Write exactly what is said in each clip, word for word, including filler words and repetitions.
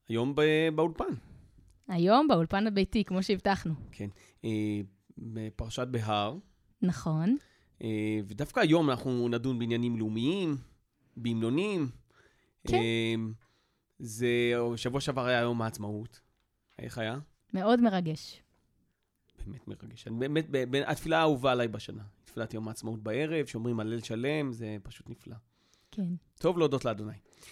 היום באולפן. היום באולפן הביתי, כמו שהבטחנו. כן. בפרשת בהר. נכון. ודווקא היום אנחנו נדון בעניינים לאומיים, בהמנונים. כן. זה שבוע שעבר היה יום העצמאות. איך היה? מאוד מרגש. באמת מרגש. באמת, התפילה האהובה עליי בשנה. תפילת יום העצמאות בערב, שאומרים הלל שלם, זה פשוט נפלא. כן. טוב להודות לאדוני.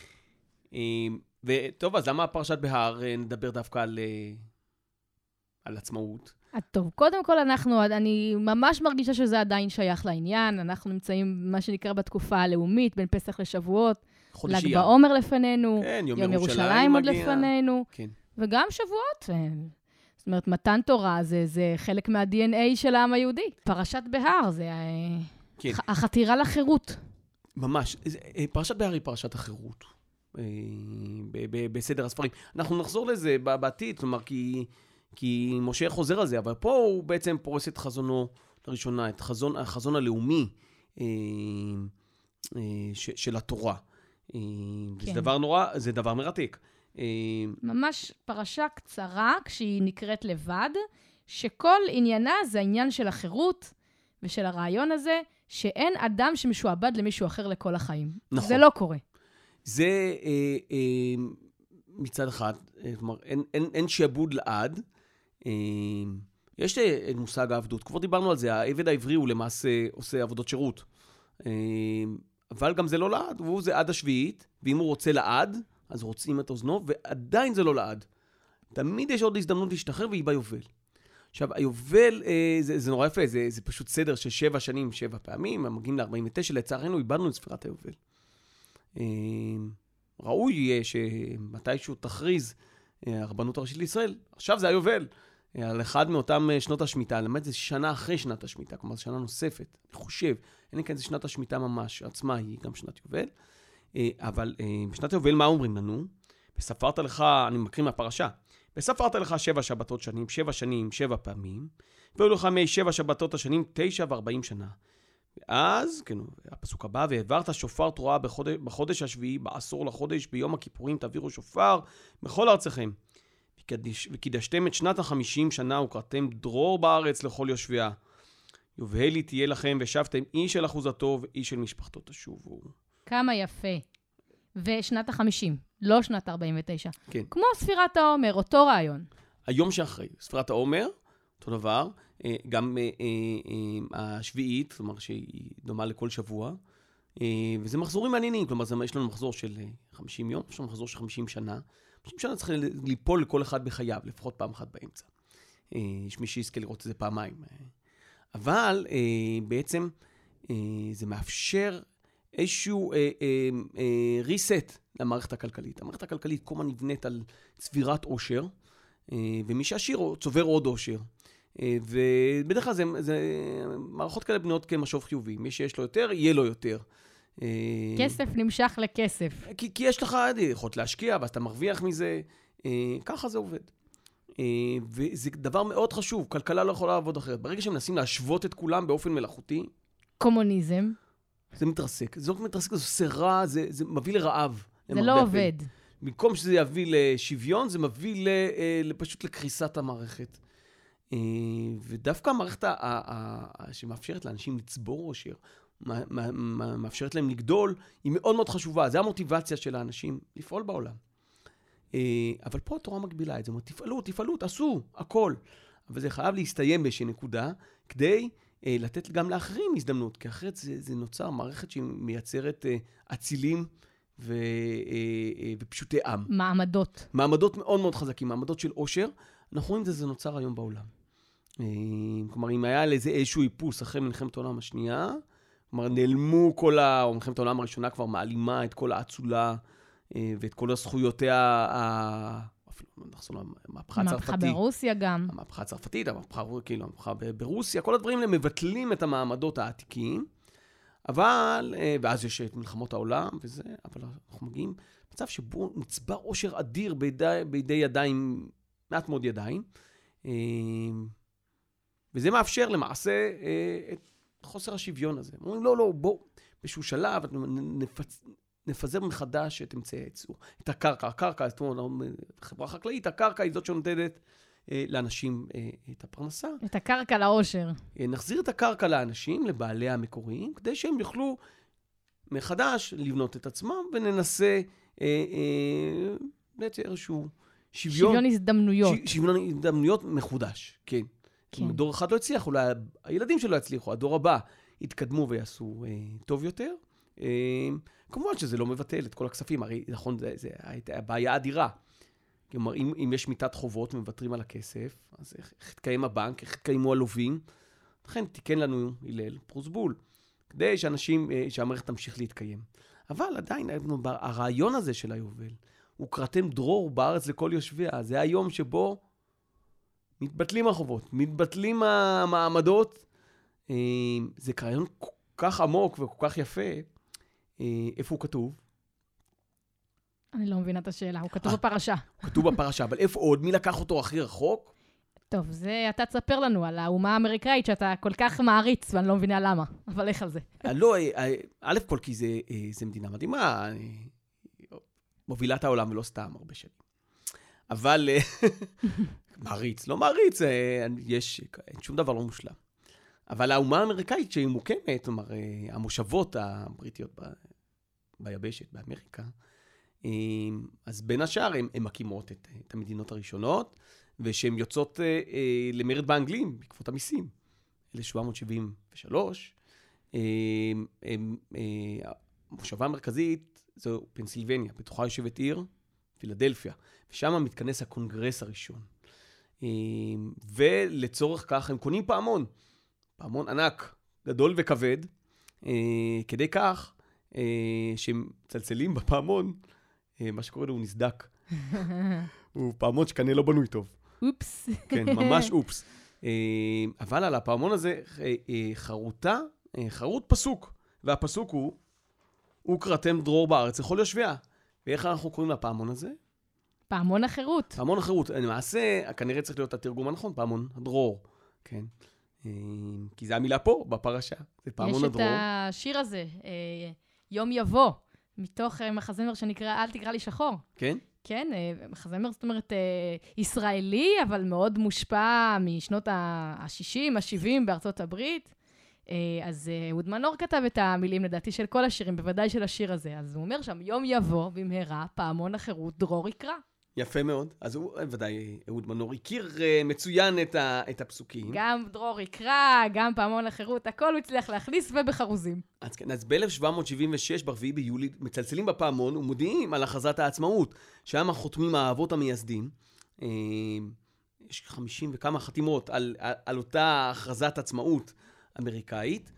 וטוב, אז למה פרשת בהר נדבר דווקא על, על עצמאות? טוב, קודם כל אנחנו, אני ממש מרגישה שזה עדיין שייך לעניין. אנחנו נמצאים, מה שנקרא, בתקופה הלאומית, בין פסח לשבועות. ל"ג בעומר לפנינו, כן, יום, יום ירושלים, ירושלים עוד מגיע. לפנינו. כן. וגם שבועות. זאת אומרת, מתן תורה זה, זה חלק מה-די אן איי של העם היהודי. פרשת בהר זה כן. החתירה לחירות. ממש. פרשת בהר היא פרשת החירות. בסדר הספרים. אנחנו נחזור לזה בעתיד, כלומר, כי, כי משה חוזר על זה, אבל פה הוא בעצם פורס את חזונו לראשונה, את חזון, החזון הלאומי של התורה. כן. זה דבר נורא, זה דבר מרתק. ממש פרשה קצרה, כשהיא נקראת לבד, שכל עניינה זה העניין של החירות ושל הרעיון הזה, שאין אדם שמשועבד למישהו אחר לכל החיים. נכון. זה לא קורה. זה אה, אה, מצד אחד, כלומר, אין, אין, אין שעבוד לעד. אה, יש מושג העבדות, כבר דיברנו על זה, העבד העברי הוא למעשה עושה עבודות שירות. אה, אבל גם זה לא לעד, והוא זה עד השביעית, ואם הוא רוצה לעד, אז רוצים את אוזנו, ועדיין זה לא לעד. תמיד יש עוד הזדמנות להשתחרר, והיא ביובל. עכשיו, היובל, אה, זה, זה נורא יפה, זה, זה פשוט סדר של שבע שנים, שבע פעמים, הם מגיעים ל-ארבעים ותשע, לצערנו, איבדנו את ספירת היובל. אה, ראוי יהיה שמתישהו תכריז אה, הרבנות הראשית לישראל, עכשיו זה היובל, אה, על אחד מאותם שנות השמיטה, למעט זה שנה אחרי שנת השמיטה, כלומר, שנה נוספת, אני חושב, אין לי כאן, זה שנת השמיטה ממש, עצמה היא גם שנת יובל, אבל בשנת היובל מה אומרים לנו? וספרת לך, אני מקריא מהפרשה, וספרת לך שבע שבתות שנים, שבע שנים, שבע פעמים, והיו לך מי שבע שבתות השנים, תשע וארבעים שנה. ואז, כן, הפסוק הבא, והעברת שופר תרועה בחודש, בחודש השביעי, בעשור לחודש, ביום הכיפורים תעבירו שופר בכל ארציכם. וקידש, וקידשתם את שנת החמישים שנה, וקראתם דרור בארץ לכל יושביה. יובל היא תהיה לכם, ושבתם איש אל אחוזתו, ואיש אל משפחתו תשובו. כמה יפה. ושנת החמישים, לא שנת ארבעים ותשע. כן. כמו ספירת העומר, אותו רעיון. היום שאחרי, ספירת העומר, אותו דבר, גם השביעית, זאת אומרת שהיא דומה לכל שבוע, וזה מחזורים מעניינים, כלומר, יש לנו מחזור של חמישים יום, יש לנו מחזור של חמישים שנה, חמישים שנה צריך ליפול לכל אחד בחייו, לפחות פעם אחת באמצע. יש מי שיזכה לראות את זה פעמיים. אבל בעצם זה מאפשר איזשהו אה, אה, אה, ריסט למערכת הכלכלית. המערכת הכלכלית כל הזמן נבנית על צבירת עושר, אה, ומי שעשיר צובר עוד עושר. אה, ובדרך כלל זה, זה, מערכות כאלה בנויות כמשוב חיובי. מי שיש לו יותר, יהיה לו יותר. אה, כסף נמשך לכסף. כי, כי יש לך יכולת להשקיע, ואז אתה מרוויח מזה. אה, ככה זה עובד. אה, וזה דבר מאוד חשוב. כלכלה לא יכולה לעבוד אחרת. ברגע שמנסים להשוות את כולם באופן מלאכותי, קומוניזם. זה מתרסק. זה לא מתרסק, זה עושה רע, זה, זה מביא לרעב. זה לא עובד. במקום שזה יביא לשוויון, זה מביא פשוט לקריסת המערכת. ודווקא המערכת שמאפשרת לאנשים לצבור עושר, מאפשרת להם לגדול, היא מאוד מאוד חשובה. זה המוטיבציה של האנשים לפעול בעולם. אבל פה התורה מגבילה את זה. תפעלו, תפעלו, תעשו, הכל. אבל זה חייב להסתיים באיזושהי נקודה, כדי לתת גם לאחרים הזדמנות, כי אחרת זה, זה נוצר מערכת שמייצרת אצילים ו, ופשוטי עם. מעמדות. מעמדות מאוד מאוד חזקים, מעמדות של עושר. אנחנו רואים את זה, זה נוצר היום בעולם. כלומר, אם היה לזה איזשהו איפוס אחרי מלחמת העולם השנייה, כלומר, נעלמו כל ה... או מלחמת העולם הראשונה כבר מעלימה את כל האצולה ואת כל הזכויותיה ה... אפילו המהפכה הצרפתית. המהפכה ברוסיה גם. המהפכה הצרפתית, המהפכה, כאילו, המהפכה ברוסיה, כל הדברים האלה מבטלים את המעמדות העתיקים, אבל, ואז יש את מלחמות העולם וזה, אבל אנחנו מגיעים למצב שבו נצבר עושר אדיר בידי, בידי ידיים, מעט מאוד ידיים, וזה מאפשר למעשה את חוסר השוויון הזה. אומרים, לא, לא, בוא, בשביל שלב, נפצ... נפזר מחדש את אמצעי הייצור. את הקרקע, הקרקע, זאת אומרת, חברה חקלאית, הקרקע היא זאת שנותנת אה, לאנשים אה, את הפרנסה. את הקרקע לאושר. אה, נחזיר את הקרקע לאנשים, לבעלי המקוריים, כדי שהם יוכלו מחדש לבנות את עצמם, וננסה אה, אה, לייצר איזשהו שוויון. שוויון הזדמנויות. ש, שוויון הזדמנויות מחודש, כן. כן. דור אחד לא הצליח, אולי הילדים שלו יצליחו, הדור הבא יתקדמו ויעשו אה, טוב יותר. אה, כמובן שזה לא מבטל את כל הכספים, הרי נכון, זה, זה הבעיה אדירה. כלומר, אם, אם יש מיטת חובות ומוותרים על הכסף, אז איך, איך יתקיים הבנק, איך יתקיימו הלווים? לכן תיקן לנו הלל פרוסבול, כדי שאנשים, אה, שהמערכת תמשיך להתקיים. אבל עדיין, הרעיון הזה של היובל, הוא קראתם דרור בארץ לכל יושביה, זה היום שבו מתבטלים החובות, מתבטלים המעמדות. זה רעיון כל כך עמוק וכל כך יפה. איפה הוא כתוב? אני לא מבינה את השאלה, הוא כתוב בפרשה. הוא כתוב בפרשה, אבל איפה עוד? מי לקח אותו הכי רחוק? טוב, זה אתה תספר לנו על האומה האמריקאית שאתה כל כך מעריץ, ואני לא מבינה למה, אבל איך על זה? לא, א' כל כי זה מדינה מדהימה, מובילת העולם ולא סתם הרבה שנים. אבל מעריץ, לא מעריץ, יש, אין שום דבר לא מושלם. אבל האומה האמריקאית שהיא מוקמת, כלומר, המושבות הבריטיות ב, ביבשת, באמריקה, אז בין השאר הן מקימות את, את המדינות הראשונות, ושהן יוצאות אה, למרד באנגלים, בעקבות המיסים. אלף שבע מאות שבעים ושלוש, אה, אה, אה, המושבה המרכזית זו פנסילבניה, בתוכה יושבת עיר, פילדלפיה, ושם מתכנס הקונגרס הראשון. אה, ולצורך כך הם קונים פעמון, פעמון ענק, גדול וכבד, אה, כדי כך אה, שהם צלצלים בפעמון, אה, מה שקורה לו הוא נסדק. הוא פעמון שכנראה לא בנוי טוב. אופס. כן, ממש אופס. אבל על הפעמון הזה חרוטה, חרוט פסוק. והפסוק הוא, הוא קראתם דרור בארץ לכל יושביה. ואיך אנחנו קוראים לפעמון הזה? פעמון החירות. פעמון החירות. למעשה, כנראה צריך להיות התרגום הנכון, פעמון הדרור. כן. כי זה המילה פה, בפרשה. זה פעמון הדרור. יש את השיר הזה, יום יבוא, מתוך מחזמר שנקרא אל תקרא לי שחור. כן? כן, מחזמר, זאת אומרת, ישראלי, אבל מאוד מושפע משנות ה-שישים, ה-שבעים בארצות הברית. אז אהוד מנור כתב את המילים, לדעתי, של כל השירים, בוודאי של השיר הזה. אז הוא אומר שם, יום יבוא במהרה, פעמון החירות, דרור יקרא. יפה מאוד. אז הוא, ודאי, אהוד מנור הכיר מצוין את, ה, את הפסוקים. גם דרור יקרא, גם פעמון החירות, הכל הוא הצליח להכניס ובחרוזים. אז כן, אז ב-אלף שבע מאות שבעים ושש, ברביעי ביולי, מצלצלים בפעמון ומודיעים על הכרזת העצמאות, שם חותמים האבות המייסדים. יש חמישים וכמה חתימות על, על, על אותה הכרזת עצמאות אמריקאית.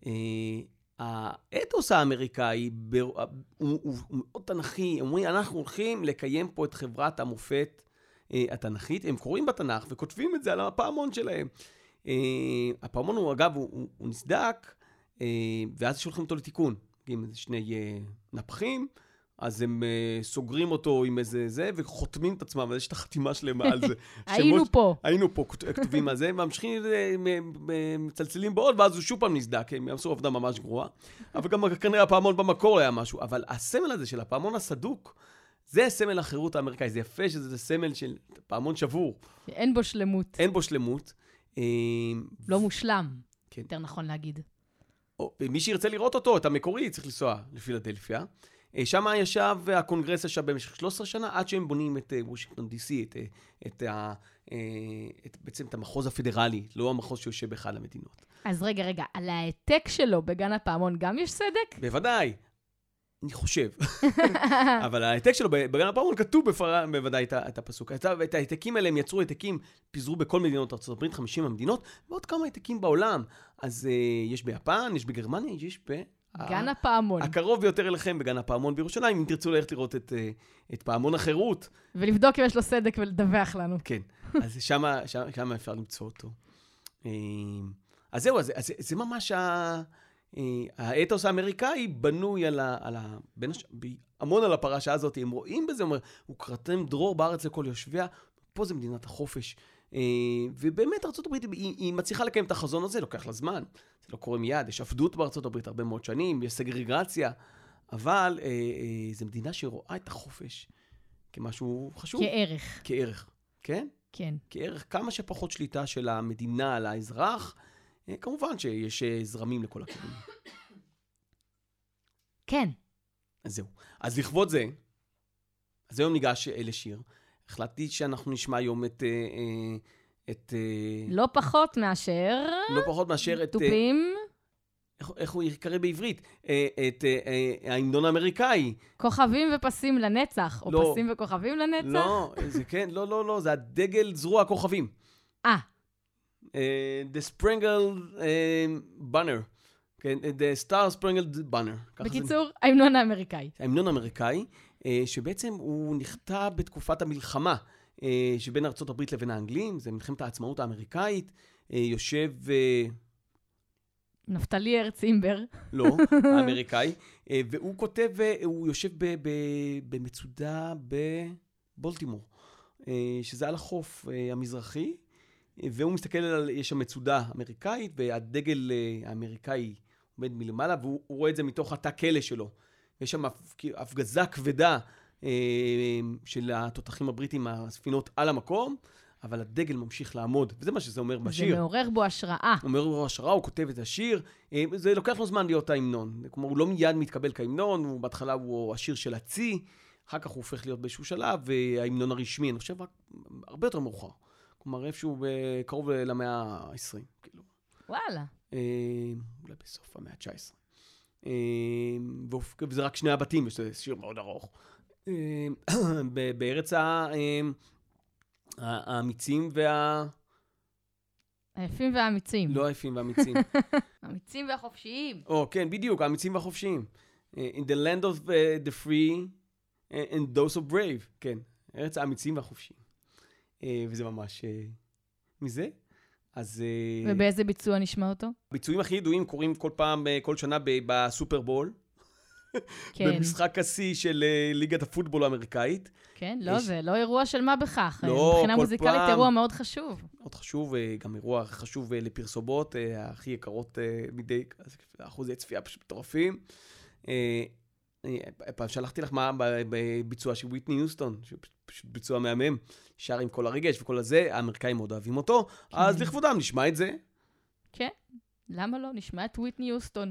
האתוס האמריקאי הוא, הוא, הוא מאוד תנכי, הם אומרים, אנחנו הולכים לקיים פה את חברת המופת אה, התנכית, הם קוראים בתנך וכותבים את זה על הפעמון שלהם. אה, הפעמון הוא, אגב, הוא, הוא, הוא נסדק, אה, ואז שולחים אותו לתיקון, עם איזה שני אה, נפחים, אז הם uh, סוגרים אותו עם איזה זה, וחותמים את עצמם, אז יש את החתימה שלהם על זה. היינו שמות, פה. היינו פה, כתובים על זה, ממשיכים, מצלצלים בעוד, ואז הוא שוב פעם נסדק, הם יעשו עבודה ממש גרועה. אבל גם כנראה הפעמון במקור היה משהו. אבל הסמל הזה של הפעמון הסדוק, זה סמל החירות האמריקאי. זה יפה שזה סמל של פעמון שבור. אין בו שלמות. אין בו שלמות. לא מושלם, כן. יותר נכון להגיד. מי שירצה לראות אותו, את המקורי, צריך לנסוע לפילדלפיה. שם ישב הקונגרס ישב במשך שלוש עשרה שנה, עד שהם בונים את וושינגטון די סי, את, את, את, את, בעצם את המחוז הפדרלי, לא המחוז שיושב באחד המדינות. אז רגע, רגע, על העתק שלו בגן הפעמון גם יש סדק? בוודאי, אני חושב. אבל העתק שלו בגן הפעמון כתוב בפר... בוודאי את, את הפסוק. את העתקים האלה הם יצרו העתקים, פיזרו בכל מדינות ארצות הברית, חמישים המדינות, ועוד כמה העתקים בעולם. אז uh, יש ביפן, יש בגרמניה, יש ב... גן הפעמון. הקרוב ביותר אליכם בגן הפעמון בירושלים, אם תרצו ללכת לראות את, את פעמון החירות. ולבדוק אם יש לו סדק ולדווח לנו. כן, אז שמה, שמה, שמה אפשר למצוא אותו. אז זהו, אז, אז זה ממש ה, האתוס האמריקאי בנוי על ה, על ה, בין הש... המון על הפרשה הזאת, הם רואים בזה, אומר, הוא קראתם דרור בארץ לכל יושביה, פה זה מדינת החופש. ובאמת ארצות הברית היא, היא מצליחה לקיים את החזון הזה, לוקח לה זמן, זה לא קורה מיד, יש עבדות בארצות הברית הרבה מאוד שנים, יש סגרגציה, אבל אה, אה, זו מדינה שרואה את החופש כמשהו חשוב. כערך. כערך, כן? כן. כערך כמה שפחות שליטה של המדינה על האזרח, אה, כמובן שיש אה, זרמים לכל הכיוונים. כן. אז זהו. אז לכבוד זה, אז היום ניגש אה, לשיר. החלטתי שאנחנו נשמע היום את... אה, אה, את אה, לא פחות מאשר... לא פחות מאשר את... תופים. איך, איך הוא יקרא בעברית? אה, את אה, אה, ההמנון האמריקאי. כוכבים ופסים לנצח, או לא. פסים וכוכבים לנצח? לא, זה כן, לא, לא, לא, זה הדגל זרוע הכוכבים. אה. Uh, the Sprangled uh, Banner. כן, the Star Sprangled Banner. בקיצור, ההמנון האמריקאי. ההמנון האמריקאי, uh, שבעצם הוא נכתב בתקופת המלחמה uh, שבין ארצות הברית לבין האנגלים, זה מלחמת העצמאות האמריקאית, uh, יושב... Uh, נפתלי הרץ אימבר. לא, האמריקאי, uh, והוא כותב, uh, הוא יושב ב- ב- במצודה בבולטימור, uh, שזה על החוף uh, המזרחי, והוא מסתכל על, יש שם מצודה אמריקאית, והדגל האמריקאי עומד מלמעלה, והוא רואה את זה מתוך התא כלא שלו. יש שם הפגזה כבדה אה, של התותחים הבריטים, הספינות על המקום, אבל הדגל ממשיך לעמוד, וזה מה שזה אומר בשיר. זה מעורר בו השראה. הוא מעורר בו השראה, הוא כותב את השיר, אה, זה לוקח לו זמן להיות ההמנון. כלומר, הוא לא מיד מתקבל כהמנון, הוא בהתחלה הוא השיר של הצי, אחר כך הוא הופך להיות באיזשהו שלב, וההמנון הרשמי, אני חושב, הרבה יותר מאוחר. כלומר, איפשהו קרוב למאה ה-עשרים, כאילו. וואלה. אולי בסוף המאה ה-תשע עשרה. וזה רק שני הבתים, יש שיר מאוד ארוך. בארץ האמיצים וה... היפים והאמיצים. לא היפים והאמיצים. האמיצים והחופשיים. או, כן, בדיוק, האמיצים והחופשיים. In the land of the free and those of brave. כן, ארץ האמיצים והחופשיים. וזה ממש מזה. אז... ובאיזה ביצוע נשמע אותו? ביצועים הכי ידועים קורים כל פעם, כל שנה בסופרבול. כן. במשחק השיא של ליגת הפוטבול האמריקאית. כן, לא, זה לא אירוע של מה בכך. לא, מבחינה מוזיקלית אירוע מאוד חשוב. מאוד חשוב, גם אירוע חשוב לפרסומות, הכי יקרות מדי, אחוזי צפייה פשוט מטורפים. פעם שלחתי לך מה בביצוע של וויטני יוסטון, פשוט ביצוע מהמם, שר עם כל הרגש וכל הזה, האמריקאים מאוד אוהבים אותו, אז לכבודם נשמע את זה. כן, למה לא? נשמע את וויטני יוסטון.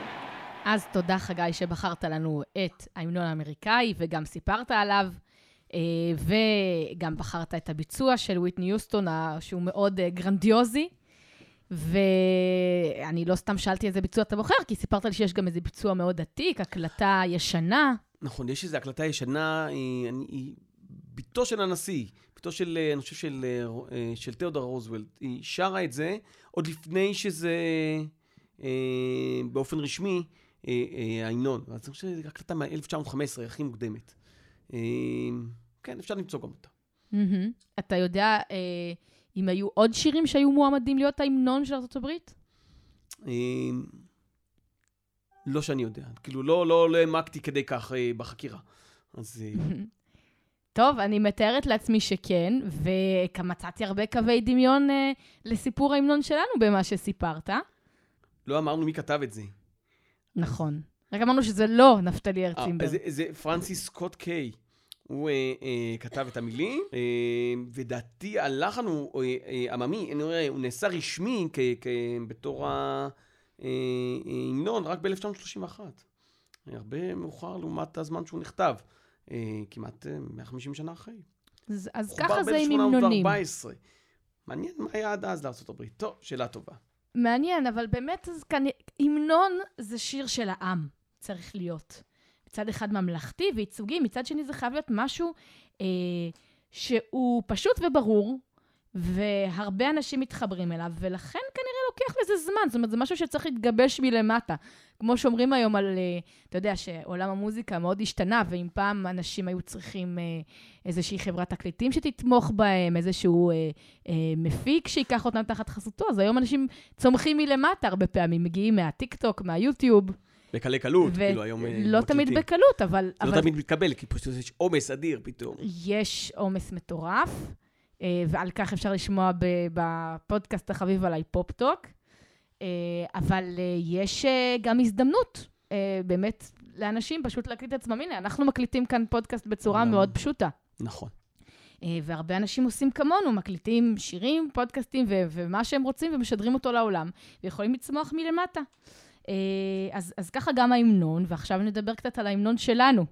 אז תודה חגי שבחרת לנו את ההמנון האמריקאי, וגם סיפרת עליו. וגם בחרת את הביצוע של וויטני יוסטון, שהוא מאוד גרנדיוזי, ואני לא סתם שאלתי איזה ביצוע אתה בוחר, כי סיפרת לי שיש גם איזה ביצוע מאוד עתיק, הקלטה ישנה. נכון, יש איזו הקלטה ישנה, היא, היא ביתו של הנשיא, ביתו של, אני חושב, של, של תיאודור רוזוולט. היא שרה את זה עוד לפני שזה, באופן רשמי, ההמנון. אז אני חושב שזו הקלטה מ-אלף תשע מאות וחמש עשרה, הכי מוקדמת. כן, אפשר למצוא גם אותה. אתה יודע אם היו עוד שירים שהיו מועמדים להיות ההמנון של ארצות הברית? לא שאני יודע. כאילו, לא העמקתי כדי כך בחקירה. אז... טוב, אני מתארת לעצמי שכן, ומצאתי הרבה קווי דמיון לסיפור ההמנון שלנו במה שסיפרת. לא אמרנו מי כתב את זה. נכון. רק אמרנו שזה לא נפתלי הרצימברג. זה פרנסיס סקוט קיי. הוא כתב את המילים, ודעתי הלחן הוא עממי, הוא נעשה רשמי בתור ההמנון רק ב-אלף תשע מאות שלושים ואחת. הרבה מאוחר לעומת הזמן שהוא נכתב, כמעט מאה וחמישים שנה אחרי. אז ככה זה עם המנונים. מעניין מה היה עד אז לארצות הברית. טוב, שאלה טובה. מעניין, אבל באמת המנון זה שיר של העם, צריך להיות. מצד אחד ממלכתי וייצוגי, מצד שני זה חייב להיות משהו אה, שהוא פשוט וברור, והרבה אנשים מתחברים אליו, ולכן כנראה לוקח לזה זמן. זאת אומרת, זה משהו שצריך להתגבש מלמטה. כמו שאומרים היום על, אה, אתה יודע, שעולם המוזיקה מאוד השתנה, ואם פעם אנשים היו צריכים אה, איזושהי חברת תקליטים שתתמוך בהם, איזשהו אה, אה, מפיק שיקח אותם תחת חסותו, אז היום אנשים צומחים מלמטה הרבה פעמים, מגיעים מהטיק-טוק, מהיוטיוב, בקלי קלות, כאילו היום מקליטים. לא תמיד בקלות, אבל... זה לא תמיד מתקבל, כי פשוט יש עומס אדיר פתאום. יש עומס מטורף, ועל כך אפשר לשמוע בפודקאסט החביב עליי פופ-טוק, אבל יש גם הזדמנות, באמת, לאנשים פשוט להקליט את עצמם. הנה, אנחנו מקליטים כאן פודקאסט בצורה מאוד פשוטה. נכון. והרבה אנשים עושים כמונו, מקליטים שירים, פודקאסטים, ומה שהם רוצים, ומשדרים אותו לעולם, ויכולים לצמוח מלמטה. אז, אז ככה גם ההמנון, ועכשיו נדבר קצת על ההמנון שלנו.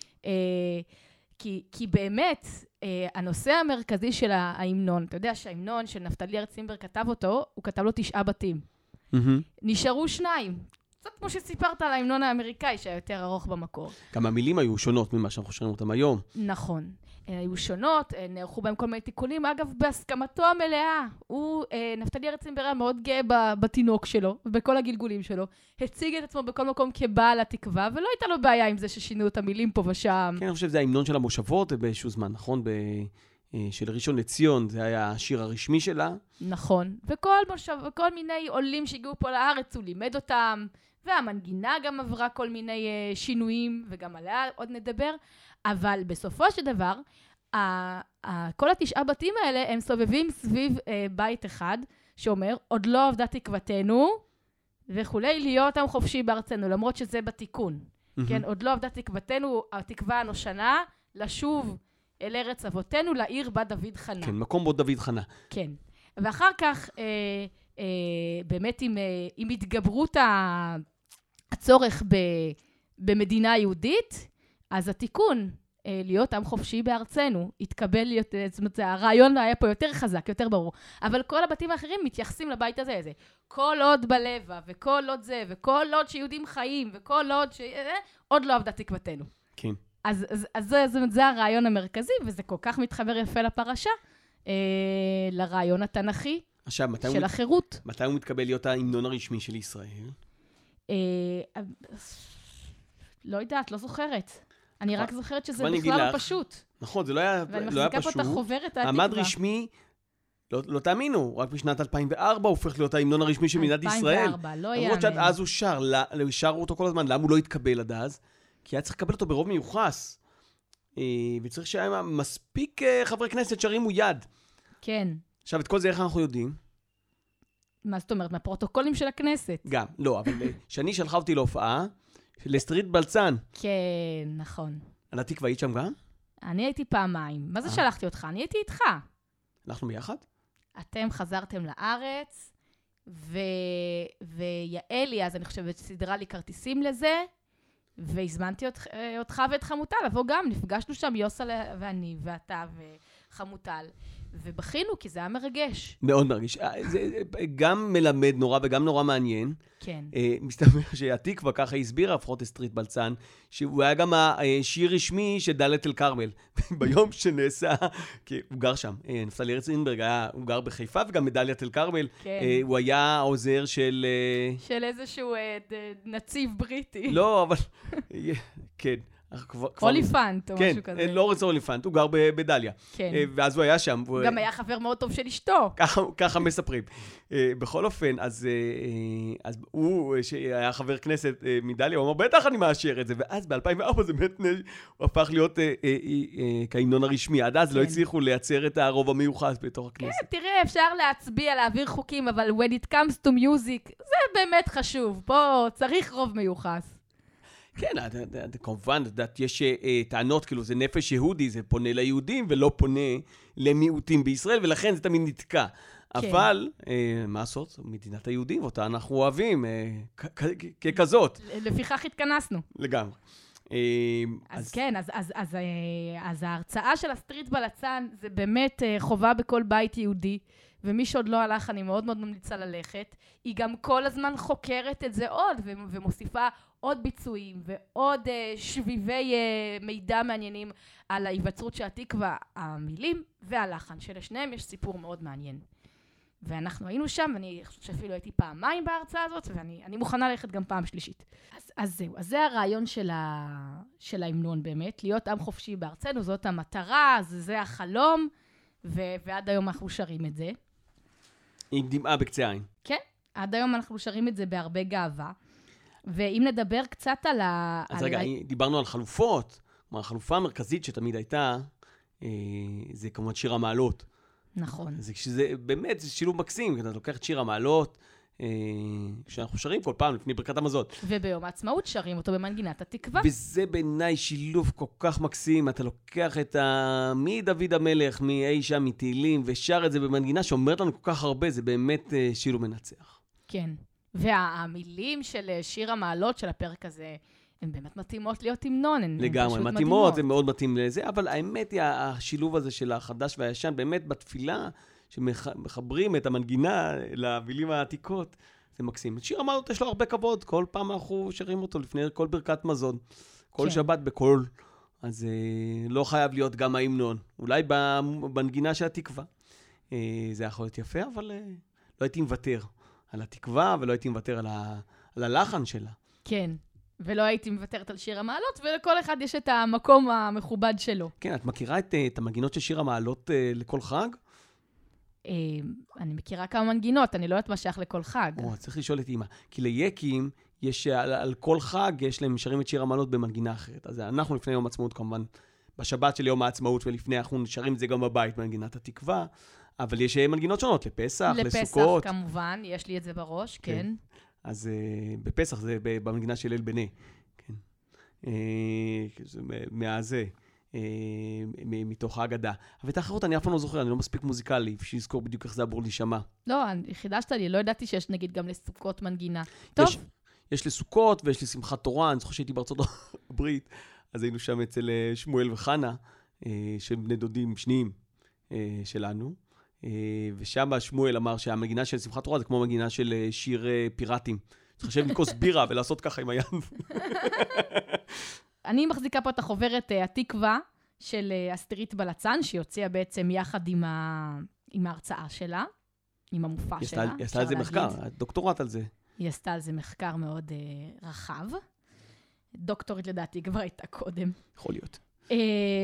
כי, כי באמת, הנושא המרכזי של ההמנון, אתה יודע שההמנון של נפתלי הרצימברג כתב אותו, הוא כתב לו תשעה בתים. Mm-hmm. נשארו שניים. קצת כמו שסיפרת על ההמנון האמריקאי, שהיה יותר ארוך במקור. גם המילים היו שונות ממה שאנחנו שומעים אותם היום. נכון. היו שונות, נערכו בהם כל מיני תיקונים, אגב, בהסכמתו המלאה. הוא, נפתלי הרצימברג היה מאוד גאה בתינוק שלו, ובכל הגלגולים שלו, הציג את עצמו בכל מקום כבעל התקווה, ולא הייתה לו בעיה עם זה ששינו את המילים פה ושם. כן, אני חושב שזה ההמנון של המושבות באיזשהו זמן, נכון? ב... של ראשון לציון, זה היה השיר הרשמי שלה. נכון. וכל מושב, וכל מיני עולים שהגיעו פה לארץ, הוא לימד אותם, והמנגינה גם עברה כל מיני שינויים, וגם עליה עוד נדבר. אבל בסופו של דבר, כל התשעה בתים האלה הם סובבים סביב בית אחד, שאומר, עוד לא עבדה תקוותנו, וכולי, להיות עם חופשי בארצנו, למרות שזה בתיקון. כן, עוד לא עבדה תקוותנו, התקווה הנושנה, לשוב אל ארץ אבותינו, לעיר בת דוד חנה. כן, מקום בו דוד חנה. כן. ואחר כך, אה, אה, באמת עם, אה, עם התגברות הצורך ב, במדינה יהודית, אז התיקון, אה, להיות עם חופשי בארצנו, התקבל להיות, זאת אומרת, הרעיון היה פה יותר חזק, יותר ברור. אבל כל הבתים האחרים מתייחסים לבית הזה, איזה. כל עוד בלבה, וכל עוד זה, וכל עוד שיהודים חיים, וכל עוד ש... עוד לא עבדה תקוותנו. כן. אז, אז, אז זה, זה, זה הרעיון המרכזי, וזה כל כך מתחבר יפה לפרשה, אה, לרעיון התנ"כי עכשיו, מתי של הוא החירות. מתי הוא מתקבל להיות ההמנון הרשמי של ישראל? אה, לא יודעת, לא זוכרת. אני רק זוכרת שזה בכלל לא פשוט. נכון, זה לא היה, ואני לא היה מחזיקה פשוט. פה את החוברת העתיקה. מעמד רשמי, לא, לא תאמינו, רק בשנת אלפיים וארבע הוא הופך להיות ההמנון הרשמי של מדינת ישראל. אלפיים וארבע, לא יאמן. למרות שעד אז הוא שר, לא, שרו אותו כל הזמן, למה הוא לא התקבל עד אז? כי היה צריך לקבל אותו ברוב מיוחס. וצריך שהיה מספיק חברי כנסת שרימו יד. כן. עכשיו, את כל זה איך אנחנו יודעים? מה זאת אומרת? מהפרוטוקולים של הכנסת. גם, לא, אבל שאני שלחה אותי להופעה, לסטרית בלצן. כן, נכון. על התקווה, היית שם גם? אני הייתי פעמיים. מה זה שלחתי אותך? אני הייתי איתך. אנחנו ביחד? אתם חזרתם לארץ, ו... ויעלי, אז אני חושבת, סדרה לי כרטיסים לזה, והזמנתי אותך, אותך ואת חמוטל, לבוא גם, נפגשנו שם יוסה ואני ואתה וחמוטל, ובכינו כי זה היה מרגש. מאוד מרגש. זה גם מלמד נורא וגם נורא מעניין. כן. מסתבר שהתקווה ככה הסבירה, לפחות אסטרית בלצן, שהוא היה גם השיר רשמי של דלית אל כרמל. ביום שנעשה, כי הוא גר שם, נפתלי ארץ אינברג, הוא גר בחיפה וגם בדלית אל כרמל. הוא היה העוזר של... של איזשהו נציב בריטי. לא, אבל... כן. אוליפנט או משהו כזה. כן, לא רוצה אוליפנט, הוא גר בדליה. כן. ואז הוא היה שם. גם היה חבר מאוד טוב של אשתו. ככה מספרים. בכל אופן, אז הוא, שהיה חבר כנסת מדליה, הוא אמר, בטח אני מאשר את זה. ואז ב-אלפיים וארבע זה באמת, הוא הפך להיות כהמנון הרשמי. עד אז לא הצליחו לייצר את הרוב המיוחס בתוך הכנסת. כן, תראה, אפשר להצביע, להעביר חוקים, אבל when it comes to music, זה באמת חשוב. פה צריך רוב מיוחס. כן, כמובן, יש טענות, כאילו זה נפש יהודי, זה פונה ליהודים ולא פונה למיעוטים בישראל, ולכן זה תמיד נתקע. אבל, מה לעשות? מדינת היהודים, אותה אנחנו אוהבים, ככזאת. לפיכך התכנסנו. לגמרי. אז כן, אז ההרצאה של אסטרית בלצן, זה באמת חובה בכל בית יהודי, ומי שעוד לא הלך, אני מאוד מאוד ממליצה ללכת. היא גם כל הזמן חוקרת את זה עוד, ומוסיפה עוד ביצועים, ועוד שביבי מידע מעניינים על ההיווצרות של התקווה, המילים והלחן, שלשניהם יש סיפור מאוד מעניין. ואנחנו היינו שם, ואני חושבת שאפילו הייתי פעמיים בהרצאה הזאת, ואני מוכנה ללכת גם פעם שלישית. אז, אז זהו, אז זה הרעיון של, ה, של ההמנון באמת, להיות עם חופשי בארצנו, זאת המטרה, זה, זה החלום, ו, ועד היום אנחנו שרים את זה. עם דמעה בקצה עין. כן, עד היום אנחנו שרים את זה בהרבה גאווה. ואם נדבר קצת על ה... אז רגע, דיברנו על חלופות. כלומר, החלופה המרכזית שתמיד הייתה, זה כמובן שיר המעלות. נכון. זה, שזה, באמת, זה שילוב מקסים. אתה לוקח את שיר המעלות, שאנחנו שרים כל פעם לפני ברכת המזון. וביום העצמאות שרים אותו במנגינת התקווה. וזה בעיניי שילוב כל כך מקסים. אתה לוקח את ה... מדוד המלך, מאי שם, מתהילים, ושר את זה במנגינה שאומרת לנו כל כך הרבה. זה באמת שילוב מנצח. כן. והמילים של שיר המעלות של הפרק הזה, הן באמת מתאימות להיות המנון, הן לגמרי, פשוט מתאימות, זה מאוד מתאים לזה, אבל האמת היא, השילוב הזה של החדש והישן, באמת בתפילה, שמחברים את המנגינה למילים העתיקות, זה מקסים. שיר המעלות יש לו הרבה כבוד, כל פעם אנחנו שרים אותו לפני כל ברכת מזון, כל שבת בכל, אז לא חייב להיות גם ההמנון, אולי במנגינה של התקווה. זה יכול להיות יפה, אבל לא הייתי מוותר. על התקווה, ולא הייתי מוותר על, ה... על הלחן שלה. כן, ולא הייתי מוותרת על שיר המעלות, ולכל אחד יש את המקום המכובד שלו. כן, את מכירה את, את המנגינות של שיר המעלות uh, לכל חג? אני מכירה כמה מנגינות, אני לא יודעת מה שייך לכל חג. או, צריך לשאול את אמא. כי ליקים, יש, על, על כל חג יש להם שרים את שיר המעלות במנגינה אחרת. אז אנחנו לפני יום העצמאות, כמובן, בשבת של יום העצמאות, ולפני אנחנו שרים את זה גם בבית, מנגינת התקווה, אבל יש מנגינות שונות, לפסח, לפסח, לסוכות. לפסח, כמובן, יש לי את זה בראש, כן. כן. אז uh, בפסח זה במנגינה של אל בני. כן. Uh, מהזה, uh, מתוך ההגדה. אבל את האחרות אני אף פעם לא זוכר, אני לא מספיק מוזיקלי, בשביל לזכור בדיוק איך זה אמור להישמע. לא, חידשת לי, לא ידעתי שיש נגיד גם לסוכות מנגינה. טוב. יש, יש לסוכות ויש לשמחת תורה, אני זוכר שהייתי בארצות הברית, אז היינו שם אצל שמואל וחנה, uh, שהם בני דודים שניים uh, שלנו. ושם שמואל אמר שהמגינה של שמחת תורה זה כמו מגינה של שיר פיראטים. צריך לשבת עם כוס בירה ולעשות ככה עם היד. אני מחזיקה פה את החוברת התקווה של אסטרית בלצן, שהיא הוציאה בעצם יחד עם, ה... עם ההרצאה שלה, עם המופע היא שלה. היא עשתה על זה מחקר, דוקטורט על זה. היא עשתה על זה מחקר מאוד uh, רחב. דוקטורית לדעתי כבר הייתה קודם. יכול להיות. Uh,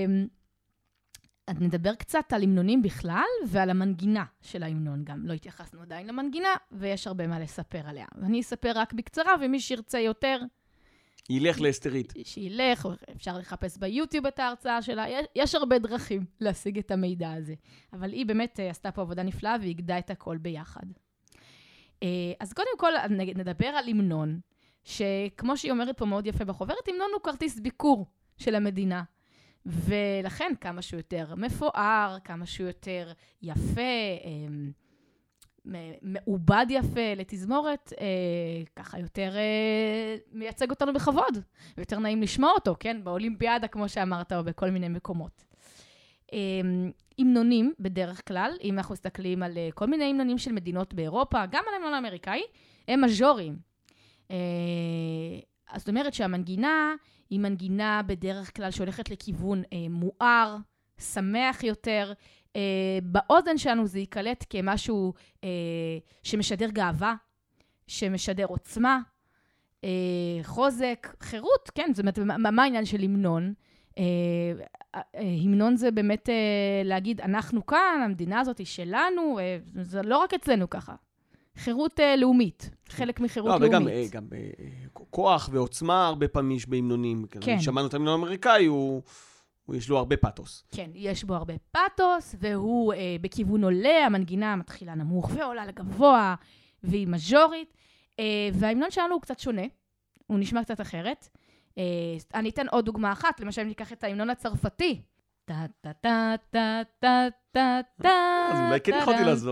אז נדבר קצת על המנונים בכלל, ועל המנגינה של ההמנון גם. לא התייחסנו עדיין למנגינה, ויש הרבה מה לספר עליה. ואני אספר רק בקצרה, ומי שירצה יותר... ילך לאסטרית. שילך, אפשר לחפש ביוטיוב את ההרצאה שלה. יש הרבה דרכים להשיג את המידע הזה. אבל היא באמת עשתה פה עבודה נפלאה, והגדה את הכל ביחד. אז קודם כל נדבר על המנון, שכמו שהיא אומרת פה מאוד יפה בחוברת, המנון הוא כרטיס ביקור של המדינה. ולכן כמה שהוא יותר מפואר, כמה שהוא יותר יפה, מעובד יפה לתזמורת, אה, ככה יותר אה, מייצג אותנו בכבוד, ויותר נעים לשמוע אותו, כן? באולימפיאדה, כמו שאמרת, או בכל מיני מקומות. אה, המנונים, בדרך כלל, אם אנחנו מסתכלים על כל מיני המנונים של מדינות באירופה, גם על המנון האמריקאי, הם מז'וריים. אה, אז זאת אומרת שהמנגינה היא מנגינה בדרך כלל שהולכת לכיוון אה, מואר, שמח יותר, Uh, באוזן שלנו זה יקלט כמשהו uh, שמשדר גאווה, שמשדר עוצמה, uh, חוזק, חירות, כן, זאת אומרת, מה, מה העניין של המנון? Uh, uh, המנון זה באמת uh, להגיד, אנחנו כאן, המדינה הזאת היא שלנו, uh, זה לא רק אצלנו ככה. חירות uh, לאומית, חלק מחירות לא, לאומית. וגם uh, גם, uh, כוח ועוצמה הרבה פעמים יש בהמנונים. כן. שמענו את המנון האמריקאי, הוא... יש לו הרבה פאטוס. כן, יש בו הרבה פאטוס, והוא אה, בכיוון עולה, המנגינה מתחילה נמוך ועולה לגבוה, והיא מז'ורית. אה, וההמנון שלנו הוא קצת שונה, הוא נשמע קצת אחרת. אה, אני אתן עוד דוגמה אחת, למשל אם ניקח את ההמנון הצרפתי. טה טה טה טה טה טה טה. אז אולי כן יכולתי לעזור.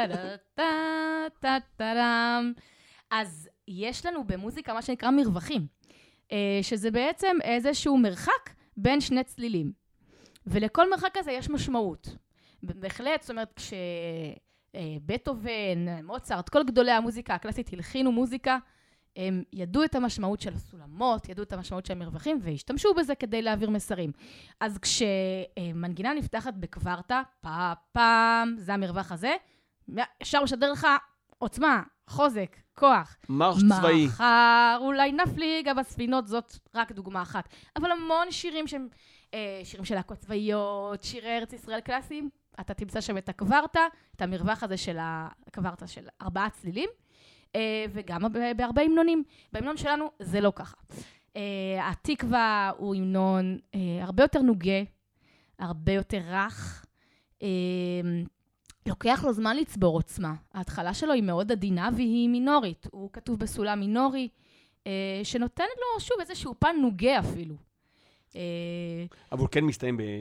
אז יש לנו במוזיקה מה שנקרא מרווחים, אה, שזה בעצם איזשהו מרחק, בין שני צלילים. ולכל מרחק הזה יש משמעות. בהחלט, זאת אומרת, כשבטהובן, מוצרט, כל גדולי המוזיקה הקלאסית הלחינו מוזיקה, הם ידעו את המשמעות של הסולמות, ידעו את המשמעות של המרווחים, והשתמשו בזה כדי להעביר מסרים. אז כשמנגינה נפתחת בקוורטה, פעם, פעם, זה המרווח הזה, אפשר לשדר לך עוצמה, חוזק, כוח. מרש צבאי. מחר, אולי נפליג בספינות, זאת רק דוגמה אחת. אבל המון שירים שהם, אה, שירים של להקות צבאיות, שירי ארץ ישראל קלאסיים, אתה תמצא שם את הקוורטה, את המרווח הזה של הקוורטה של ארבעה צלילים, אה, וגם בהרבה המנונים. בהמנון שלנו זה לא ככה. אה, התקווה הוא המנון אה, הרבה יותר נוגה, הרבה יותר רך, אה, לוקח לו זמן לצבור עוצמה. ההתחלה שלו היא מאוד עדינה והיא מינורית. הוא כתוב בסולם מינורי, אה, שנותנת לו שוב איזשהו פן נוגה אפילו. אה, אבל הוא כן מסתיים ב...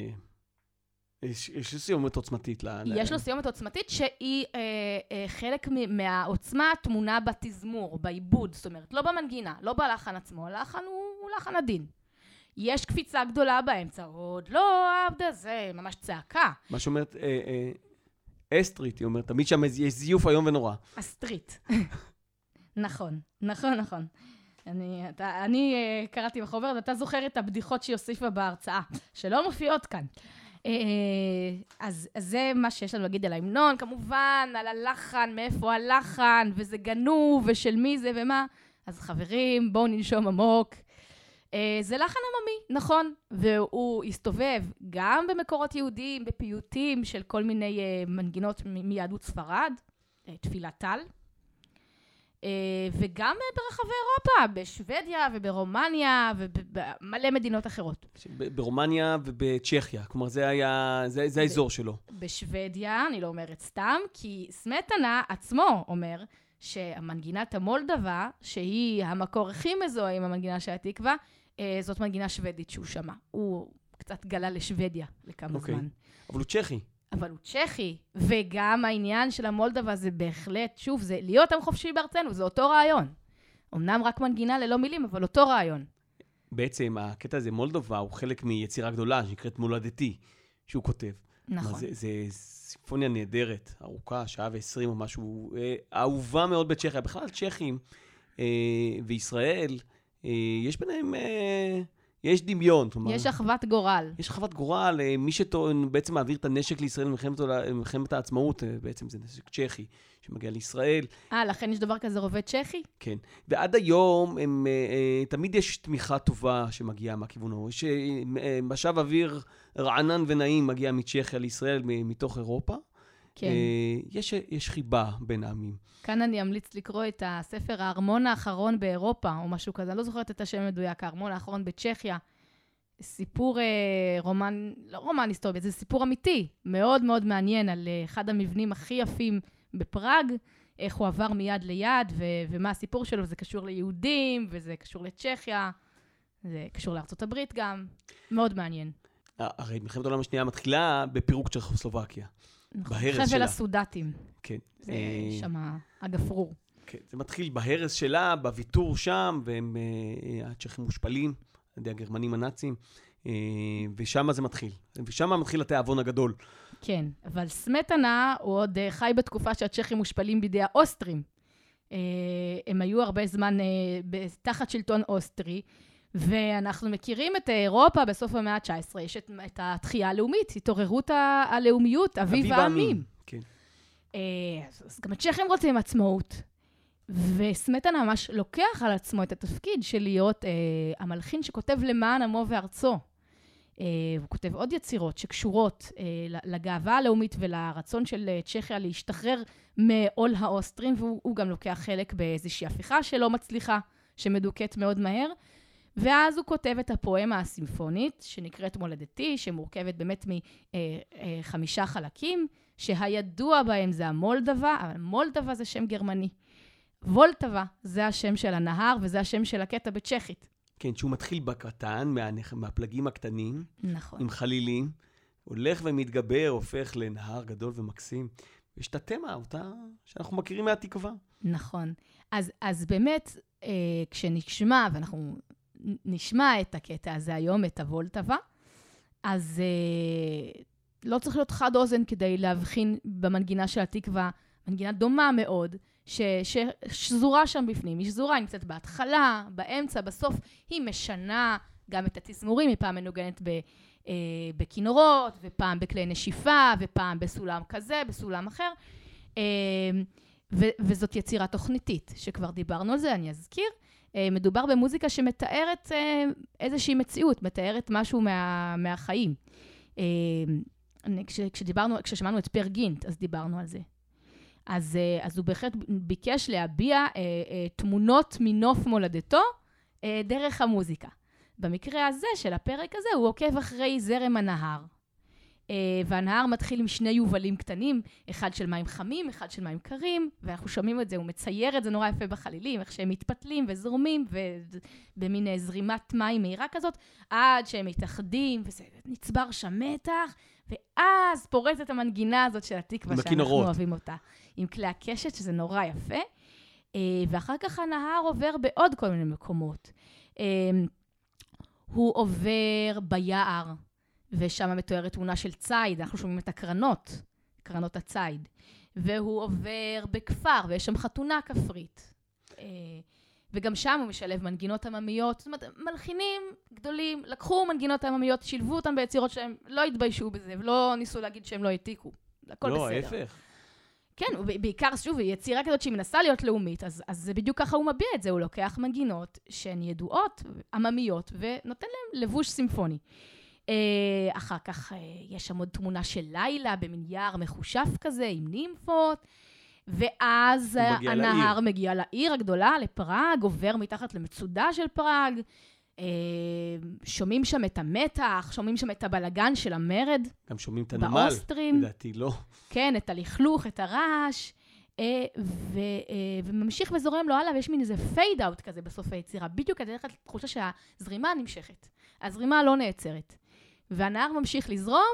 יש, יש סיומת עוצמתית. ל... יש לו סיומת עוצמתית שהיא אה, אה, חלק מהעוצמה התמונה בתזמור, בעיבוד, זאת אומרת, לא במנגינה, לא בלחן עצמו, הלחן הוא, הוא לחן עדין. יש קפיצה גדולה באמצע, עוד לא עבדה, זה ממש צעקה. מה שאומרת... אה, אה... אסטריט, היא אומרת, תמיד שם יש זיוף היום ונורא. אסטריט. נכון, נכון, נכון. אני, אתה, אני uh, קראתי בחוברת, ואתה זוכר את הבדיחות שהיא הוסיפה בהרצאה, שלא מופיעות כאן. Uh, אז, אז זה מה שיש לנו להגיד על ההמנון, כמובן, על הלחן, מאיפה הלחן, וזה גנוב, ושל מי זה ומה. אז חברים, בואו ננשום עמוק. Uh, זה לחן עממי, נכון, והוא הסתובב גם במקורות יהודיים, בפיוטים של כל מיני uh, מנגינות מ- מיהדות ספרד, uh, תפילת טל, uh, וגם uh, ברחבי אירופה, בשוודיה וברומניה ובמלא מדינות אחרות. ב- ברומניה ובצ'כיה, כלומר זה היה, זה, זה האזור ב- שלו. בשוודיה, אני לא אומרת סתם, כי סמטנה עצמו אומר שהמנגינת המולדובה, שהיא המקור הכי מזוהה עם המנגינה של התקווה, זאת מנגינה שוודית שהוא שמע. הוא קצת גלה לשוודיה לכמה okay. זמן. אבל הוא צ'כי. אבל הוא צ'כי, וגם העניין של המולדובה זה בהחלט, שוב, זה להיות עם חופשי בארצנו, זה אותו רעיון. אמנם רק מנגינה ללא מילים, אבל אותו רעיון. בעצם הקטע הזה, מולדובה, הוא חלק מיצירה גדולה, שנקראת מולדתי, שהוא כותב. נכון. זה, זה סימפוניה נהדרת, ארוכה, שעה ועשרים או משהו, אה, אהובה מאוד בצ'כיה. בכלל צ'כים אה, וישראל, יש ביניהם, יש דמיון. יש אחוות גורל. יש אחוות גורל, מי שבעצם מעביר את הנשק לישראל למלחמת העצמאות, בעצם זה נשק צ'כי שמגיע לישראל. אה, לכן יש דבר כזה רובה צ'כי? כן, ועד היום הם, תמיד יש תמיכה טובה שמגיעה מהכיוון ההוא. יש משב אוויר רענן ונעים מגיע מצ'כיה לישראל מתוך אירופה. כן. יש, יש חיבה בין העמים. כאן אני אמליץ לקרוא את הספר הארמון האחרון באירופה, או משהו כזה, אני לא זוכרת את השם מדויק, הארמון האחרון בצ'כיה. סיפור אה, רומן, לא רומן היסטורי, זה סיפור אמיתי, מאוד מאוד מעניין, על אה, אחד המבנים הכי יפים בפראג, איך הוא עבר מיד ליד, ו- ומה הסיפור שלו, זה קשור ליהודים, וזה קשור לצ'כיה, זה קשור לארצות הברית גם, מאוד מעניין. הרי מלחמת העולם השנייה מתחילה בפירוק צ'כוסלובקיה. נכון, בהרס חבל שלה. הסודטים. כן. זה שם הגפרור. כן, זה מתחיל בהרס שלה, בוויתור שם, והם, הצ'כים מושפלים, על ידי הגרמנים הנאצים, ושם זה מתחיל. ושם מתחיל התיאבון הגדול. כן, אבל סמטנה הוא עוד חי בתקופה שהצ'כים מושפלים בידי האוסטרים. הם היו הרבה זמן תחת שלטון אוסטרי, ואנחנו מכירים את אירופה בסוף המאה ה-תשע עשרה, יש את, את התחייה הלאומית, התעוררות ה- הלאומיות, אביב העמים. כן. אז גם הצ'כים רוצים עצמאות, וסמטנה ממש לוקח על עצמו את התפקיד של להיות אה, המלחין שכותב למען עמו וארצו. אה, הוא כותב עוד יצירות שקשורות אה, לגאווה הלאומית ולרצון של צ'כיה להשתחרר מעול האוסטרים, והוא גם לוקח חלק באיזושהי הפיכה שלא מצליחה, שמדוקת מאוד מהר. ואז הוא כותב את הפואמה הסימפונית, שנקראת מולדתי, שמורכבת באמת מחמישה חלקים, שהידוע בהם זה המולדבה, אבל מולדבה זה שם גרמני. וולטבה זה השם של הנהר, וזה השם של הקטע בצ'כית. כן, שהוא מתחיל בקטן, מה, מהפלגים הקטנים, נכון. עם חלילים, הולך ומתגבר, הופך לנהר גדול ומקסים. יש את התמה, אותה שאנחנו מכירים מהתקווה. נכון. אז, אז באמת, אה, כשנשמע, ואנחנו נשמע את הקטע הזה היום, את הוולטבה, אז אה, לא צריך להיות חד אוזן כדי להבחין במנגינה של התקווה, מנגינה דומה מאוד, ש, ששזורה שם בפנים. היא שזורה, היא נמצאת בהתחלה, באמצע, בסוף, היא משנה גם את התזמורים, היא פעם מנוגנת ב, אה, בכינורות, ופעם בכלי נשיפה, ופעם בסולם כזה, בסולם אחר. אה, ו, וזאת יצירה תוכניתית, שכבר דיברנו על זה, אני אזכיר. אה, מדובר במוזיקה שמתארת אה, איזושהי מציאות, מתארת משהו מה, מהחיים. אה, כש, כשדיברנו, כששמענו את פר גינט, אז דיברנו על זה. אז, אז הוא בהחלט ביקש להביע אה, אה, תמונות מנוף מולדתו אה, דרך המוזיקה. במקרה הזה של הפרק הזה הוא עוקב אחרי זרם הנהר. אה, והנהר מתחיל עם שני יובלים קטנים, אחד של מים חמים, אחד של מים קרים, ואנחנו שומעים את זה, הוא מצייר את זה נורא יפה בחלילים, איך שהם מתפתלים וזורמים, ובמין זרימת מים מהירה כזאת, עד שהם מתאחדים, וזה נצבר שם מתח, ואז פורצת המנגינה הזאת של התקווה שאנחנו אוהבים אותה. עם כלי הקשת, שזה נורא יפה. ואחר כך הנהר עובר בעוד כל מיני מקומות. הוא עובר ביער, ושם מתוארת תמונה של צייד, אנחנו שומעים את הקרנות, קרנות הצייד. והוא עובר בכפר, ויש שם חתונה כפרית. וגם שם הוא משלב מנגינות עממיות, זאת אומרת, מלחינים גדולים, לקחו מנגינות עממיות, שילבו אותם ביצירות שהם לא התביישו בזה, ולא ניסו להגיד שהם לא העתיקו. הכל לא, בסדר. ההפך. כן, בעיקר, שוב, יצירה כזאת שהיא מנסה להיות לאומית, אז, אז זה בדיוק ככה הוא מביע את זה, הוא לוקח מנגינות שהן ידועות, עממיות, ונותן להם לבוש סימפוני. אחר כך יש שם עוד תמונה של לילה, במין יער מחושף כזה, עם נימפות, ואז הנהר לעיר. מגיע לעיר הגדולה, לפראג, עובר מתחת למצודה של פראג, שומעים שם את המתח, שומעים שם את הבלגן של המרד. גם שומעים את הנמל, באוסטרים. לדעתי לא. כן, את הלכלוך, את הרעש, ו, וממשיך וזורם לו הלאה, ויש מין איזה פייד אאוט כזה בסוף היצירה, בדיוק כדי ללכת לתחושה שהזרימה נמשכת, הזרימה לא נעצרת. והנהר ממשיך לזרום,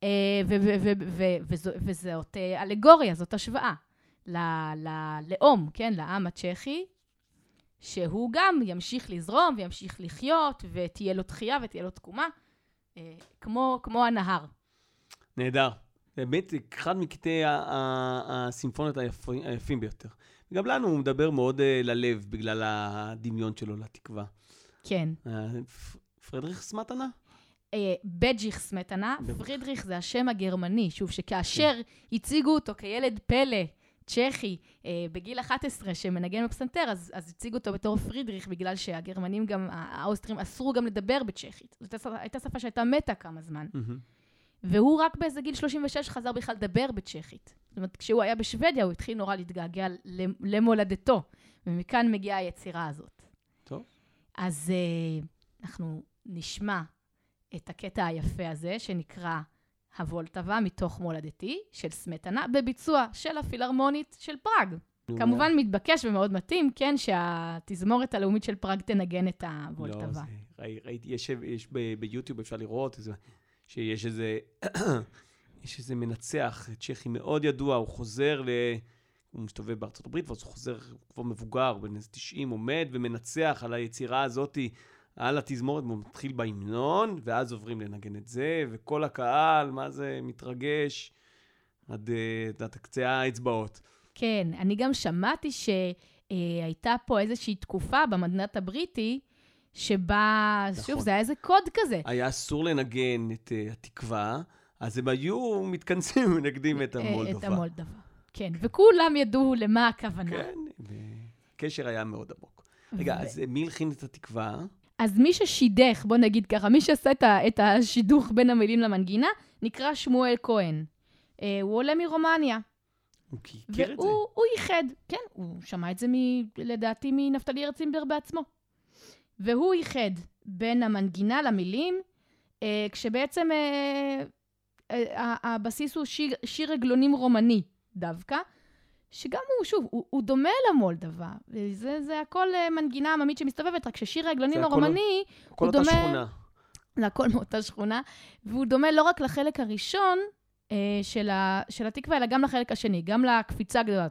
וזאת אלגוריה, זאת השוואה. ללאום, כן, לעם הצ'כי, שהוא גם ימשיך לזרום וימשיך לחיות, ותהיה לו תחייה ותהיה לו תקומה, כמו, כמו הנהר. נהדר. באמת, אחד מקטעי הסימפוניות היפים ביותר. וגם לנו הוא מדבר מאוד ללב, בגלל הדמיון שלו לתקווה. כן. פרידריך סמטנה? בג'יך סמטנה. פרידריך זה השם הגרמני, שוב, שכאשר הציגו אותו כילד פלא, צ'כי, בגיל אחת עשרה, שמנגן בפסנתר, אז, אז הציגו אותו בתור פרידריך, בגלל שהגרמנים גם, האוסטרים, אסרו גם לדבר בצ'כית. זאת הייתה שפה שהייתה מתה כמה זמן. Mm-hmm. והוא רק באיזה גיל שלושים ושש חזר בכלל לדבר בצ'כית. זאת אומרת, כשהוא היה בשוודיה, הוא התחיל נורא להתגעגע למולדתו, ומכאן מגיעה היצירה הזאת. טוב. אז אנחנו נשמע את הקטע היפה הזה, שנקרא הוולטבה מתוך מולדתי, של סמטנה, בביצוע של הפילהרמונית של פראג. כמובן מתבקש ומאוד מתאים, כן, שהתזמורת הלאומית של פראג תנגן את הוולטבה. לא, ראיתי, יש ביוטיוב אפשר לראות שיש איזה יש איזה מנצח צ'כי מאוד ידוע, הוא חוזר ל... הוא מסתובב בארצות הברית, ואז הוא חוזר כבר מבוגר, בין איזה תשעים, עומד ומנצח על היצירה הזאת, על התזמורת, הוא מתחיל בהמנון, ואז עוברים לנגן את זה, וכל הקהל, מה זה, מתרגש, עד, עד קצה האצבעות. כן, אני גם שמעתי שהייתה פה איזושהי תקופה במנדט הבריטי, שבה, נכון. שוב, זה היה איזה קוד כזה. היה אסור לנגן את uh, התקווה, אז הם היו מתכנסים ומנגדים את המולדובה. את המולדובה, כן, וכולם ידעו למה הכוונה. כן, הקשר היה מאוד עמוק. רגע, ו... אז מי הלחין את התקווה? אז מי ששידך, בוא נגיד ככה, מי שעשה את, את השידוך בין המילים למנגינה, נקרא שמואל כהן. אה, הוא עולה מרומניה. הוא הכיר את זה? והוא ייחד, כן, הוא שמע את זה מ, לדעתי מנפתלי הרצימבר בעצמו. והוא ייחד בין המנגינה למילים, אה, כשבעצם אה, אה, הבסיס הוא שיר, שיר עגלונים רומני דווקא, שגם הוא, שוב, הוא, הוא דומה למולדובה. זה, זה הכל מנגינה עממית שמסתובבת, רק ששיר העגלונים הרומני, הכל הוא אותה דומה... שכונה. זה הכל מאותה שכונה, והוא דומה לא רק לחלק הראשון אה, של, ה, של התקווה, אלא גם לחלק השני, גם לקפיצה הגדולה.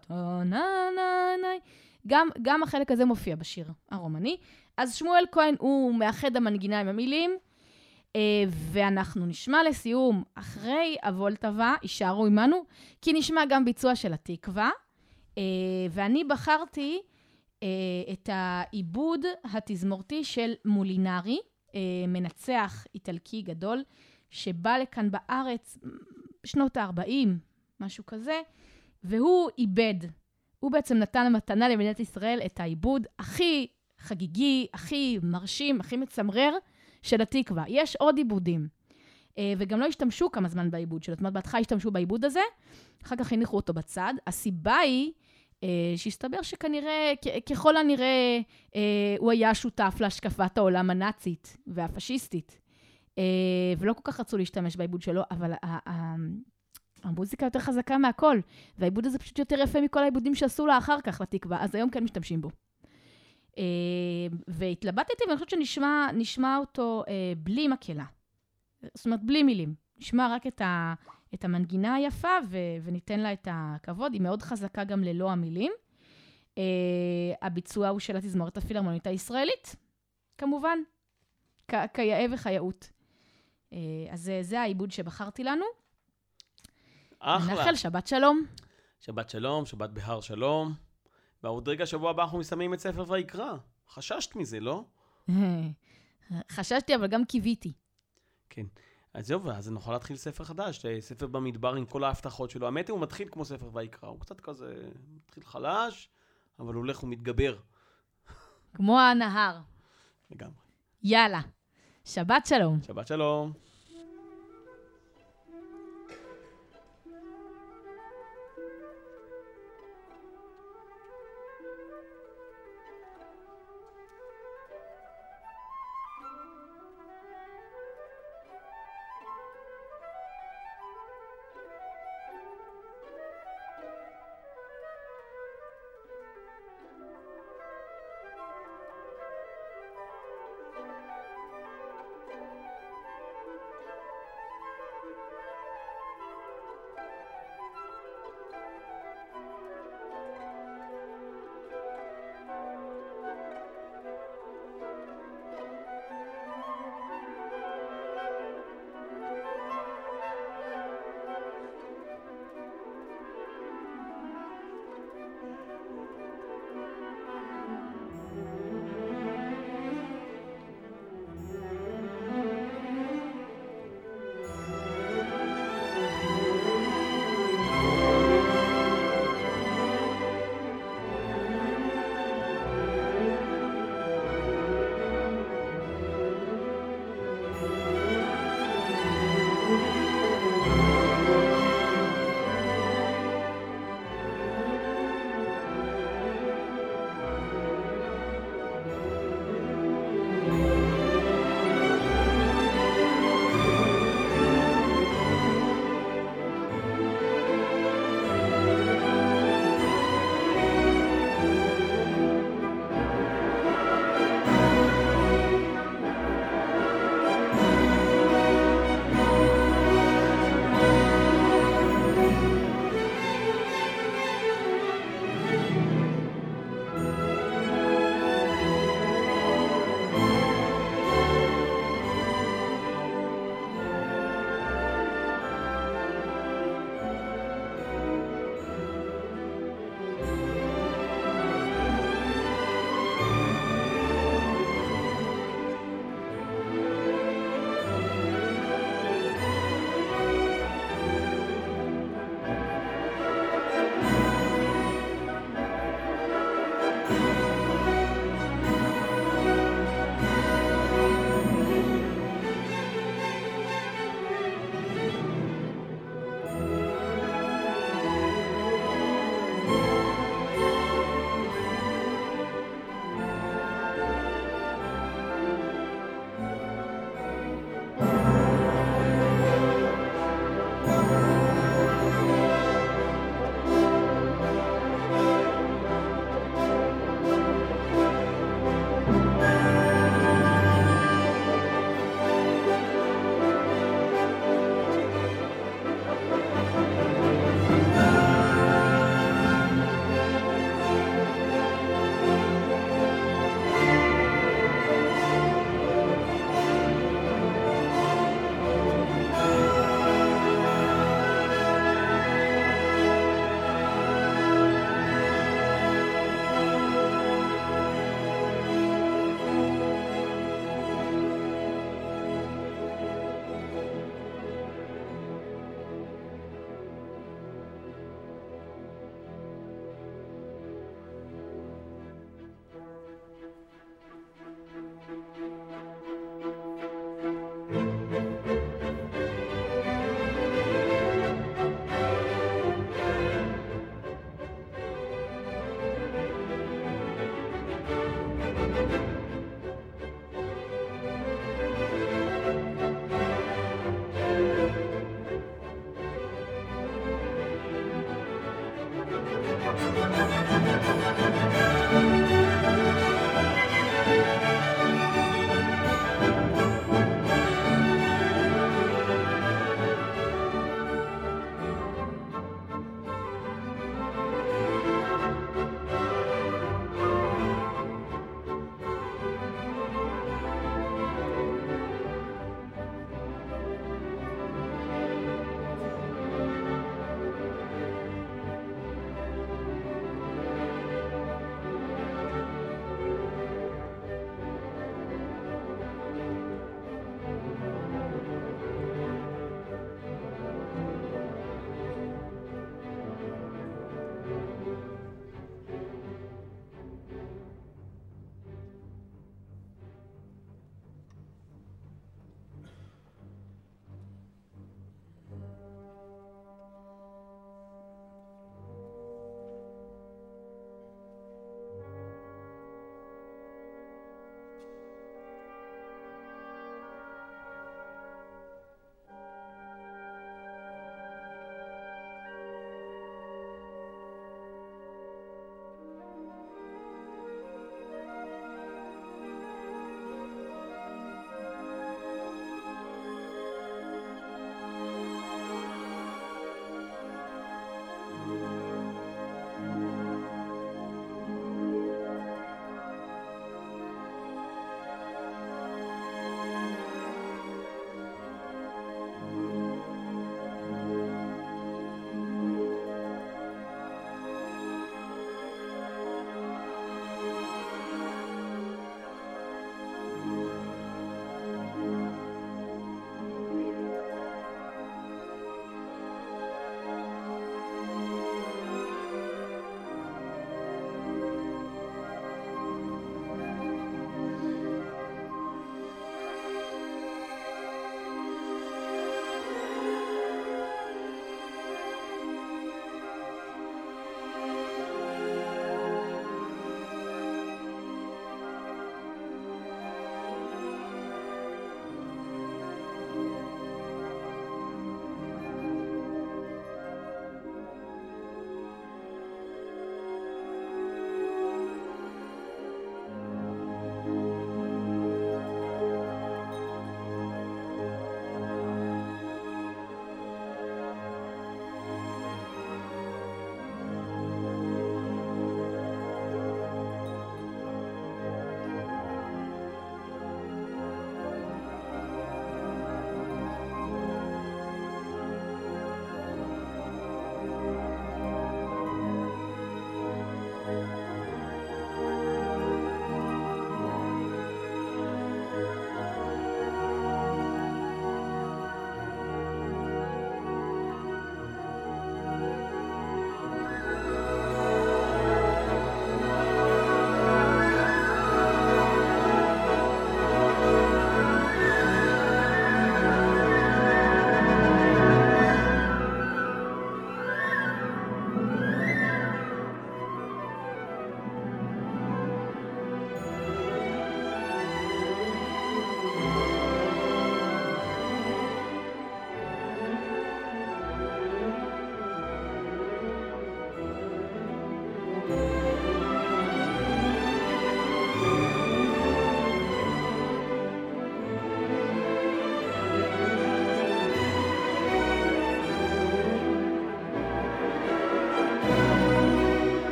גם, גם החלק הזה מופיע בשיר הרומני. אז שמואל כהן הוא מאחד המנגינה עם המילים, אה, ואנחנו נשמע לסיום, אחרי הוולטבה, יישארו עמנו, כי נשמע גם ביצוע של התקווה, אה, ואני בחרתי אה, את העיבוד התזמורתי של מולינרי, אה, מנצח איטלקי גדול, שבא לכאן בארץ בשנות ה-ארבעים, משהו כזה, והוא איבד, הוא בעצם נתן מתנה למדינת ישראל את העיבוד הכי חגיגי, הכי מרשים, הכי מצמרר של התקווה. יש עוד עיבודים, אה, וגם לא השתמשו כמה זמן בעיבוד שלו. זאת אומרת, בהתחלה השתמשו בעיבוד הזה, אחר כך הניחו אותו בצד. הסיבה היא אה, שהסתבר שכנראה, כ- ככל הנראה, אה, הוא היה שותף להשקפת העולם הנאצית והפשיסטית, אה, ולא כל כך רצו להשתמש בעיבוד שלו, אבל ה- ה- המוזיקה יותר חזקה מהכל, והעיבוד הזה פשוט יותר יפה מכל העיבודים שעשו לה אחר כך לתקווה, אז היום כן משתמשים בו. Uh, והתלבטתי, ואני חושבת שנשמע נשמע אותו uh, בלי מקהלה. זאת אומרת, בלי מילים. נשמע רק את, ה, את המנגינה היפה, ו, וניתן לה את הכבוד. היא מאוד חזקה גם ללא המילים. Uh, הביצוע הוא של התזמורת הפילהרמונית הישראלית, כמובן, כ- כיאה וכיאות. Uh, אז זה, זה העיבוד שבחרתי לנו. אחלה. נאחל שבת שלום. שבת שלום, שבת בהר שלום. ועוד רגע שבוע הבא אנחנו מסיימים את ספר ויקרא. חששת מזה, לא? חששתי, אבל גם קיוויתי. כן. אז זהו, ואז נוכל להתחיל ספר חדש, ספר במדבר עם כל ההבטחות שלו. האמת הוא מתחיל כמו ספר ויקרא. הוא קצת כזה, מתחיל חלש, אבל הוא הולך ומתגבר. כמו הנהר. לגמרי. יאללה. שבת שלום. שבת שלום.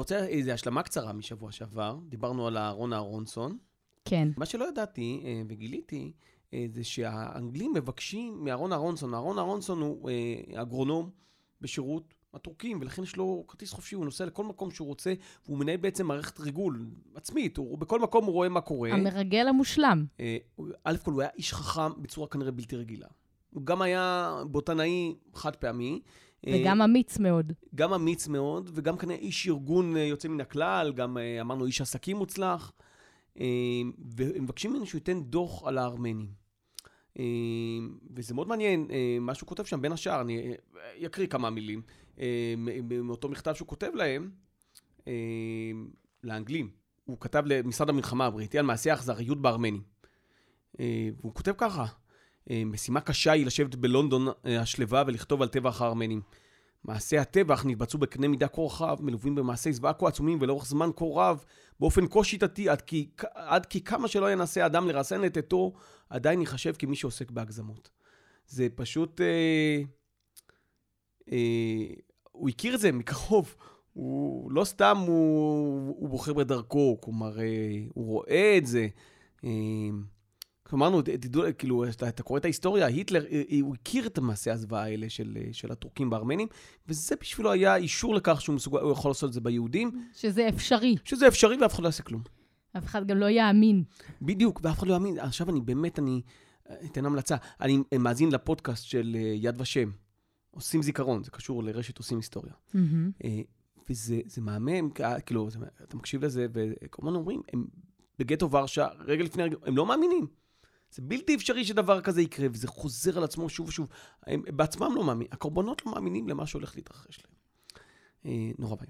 רוצה איזו השלמה קצרה משבוע שעבר. דיברנו על אהרון אהרונסון. כן. מה שלא ידעתי וגיליתי, זה שהאנגלים מבקשים מאהרון אהרונסון. אהרון אהרונסון הוא אגרונום בשירות הטורקים, ולכן יש לו כרטיס חופשי, הוא נוסע לכל מקום שהוא רוצה, והוא מנהל בעצם מערכת ריגול עצמית, הוא, בכל מקום הוא רואה מה קורה. המרגל המושלם. א' כל, הוא היה איש חכם בצורה כנראה בלתי רגילה. הוא גם היה בוטנאי חד פעמי. וגם אמיץ מאוד. גם אמיץ מאוד, וגם כנראה איש ארגון יוצא מן הכלל, גם אמרנו איש עסקים מוצלח, והם מבקשים ממנו שהוא ייתן דוח על הארמנים. וזה מאוד מעניין, מה שהוא כותב שם בין השאר, אני אקריא כמה מילים, מאותו מכתב שהוא כותב להם, לאנגלים. הוא כתב למשרד המלחמה הבריטי על מעשי האכזריות בארמנים. והוא כותב ככה, משימה קשה היא לשבת בלונדון השלווה ולכתוב על טבח הארמנים. מעשי הטבח נתבצעו בקנה מידה כה רחב, מלווים במעשי זוועה כה עצומים ולאורך זמן כה רב, באופן כה שיטתי, עד כי, עד כי כמה שלא ינסה אדם לרסן את עתו, עדיין ייחשב כמי שעוסק בהגזמות. זה פשוט... אה, אה, הוא הכיר את זה מקרוב. הוא לא סתם הוא, הוא בוחר בדרכו, כלומר, אה, הוא רואה את זה. אה, אמרנו, כאילו, אתה, אתה קורא את ההיסטוריה, היטלר, הוא הכיר את המעשי הזוועה האלה של, של הטורקים בארמנים, וזה בשבילו היה אישור לכך שהוא מסוגל, הוא יכול לעשות את זה ביהודים. שזה אפשרי. שזה אפשרי ואף אחד לא יעשה כלום. אף אחד גם לא יאמין. בדיוק, ואף אחד לא יאמין. עכשיו אני באמת, אני אתן המלצה. אני מאזין לפודקאסט של יד ושם. עושים זיכרון, זה קשור לרשת עושים היסטוריה. Mm-hmm. וזה זה מהמם, כאילו, אתה מקשיב לזה, וכמובן אומרים, הם בגטו ורשה, רגע לפני רגע, הם לא מאמינים. זה בלתי אפשרי שדבר כזה יקרה, וזה חוזר על עצמו שוב ושוב. הם בעצמם לא מאמינים, הקורבנות לא מאמינים למה שהולך להתרחש להם. נורא ביום.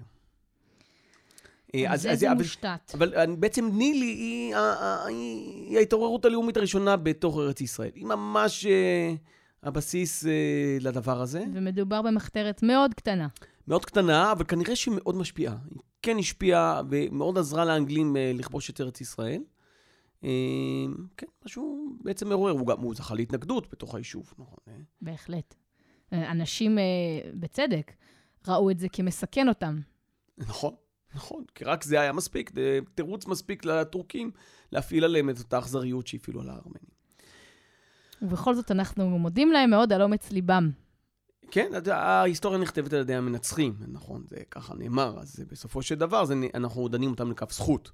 אז איזה מושתת. אבל בעצם נילי היא ההתעוררות הלאומית הראשונה בתוך ארץ ישראל. היא ממש הבסיס לדבר הזה. ומדובר במחתרת מאוד קטנה. מאוד קטנה, אבל כנראה שהיא מאוד משפיעה. היא כן השפיעה ומאוד עזרה לאנגלים לכבוש את ארץ ישראל. כן, משהו בעצם מעורר. הוא גם, הוא זכה להתנגדות בתוך היישוב, נכון? בהחלט. אנשים, בצדק, ראו את זה כמסכן אותם. נכון, נכון. כי רק זה היה מספיק, תירוץ מספיק לטורקים להפעיל עליהם את אותה אכזריות שהפעילו על הארמנים. ובכל זאת אנחנו מודים להם מאוד על אומץ ליבם. כן, ההיסטוריה נכתבת על ידי המנצחים, נכון? זה ככה נאמר, אז בסופו של דבר זה, אנחנו דנים אותם לכף זכות.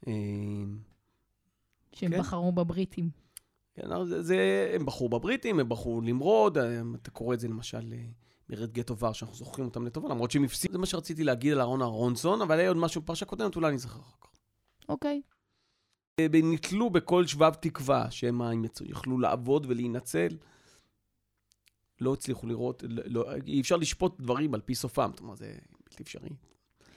שהם כן? בחרו בבריטים. כן, זה, זה, הם בחרו בבריטים, הם בחרו למרוד, אתה קורא את זה למשל מרד גטו ורשה, שאנחנו זוכרים אותם לטובה, למרות שהם הפסידו. זה מה שרציתי להגיד על אהרון אהרונסון, אבל היה עוד משהו בפרשה קודמת, אולי אני זוכר אחר כך. אוקיי. נתלו בכל שבב תקווה, שהם יכלו לעבוד ולהינצל. לא הצליחו לראות, לא, אי אפשר לשפוט דברים על פי סופם, זאת אומרת, זה בלתי אפשרי.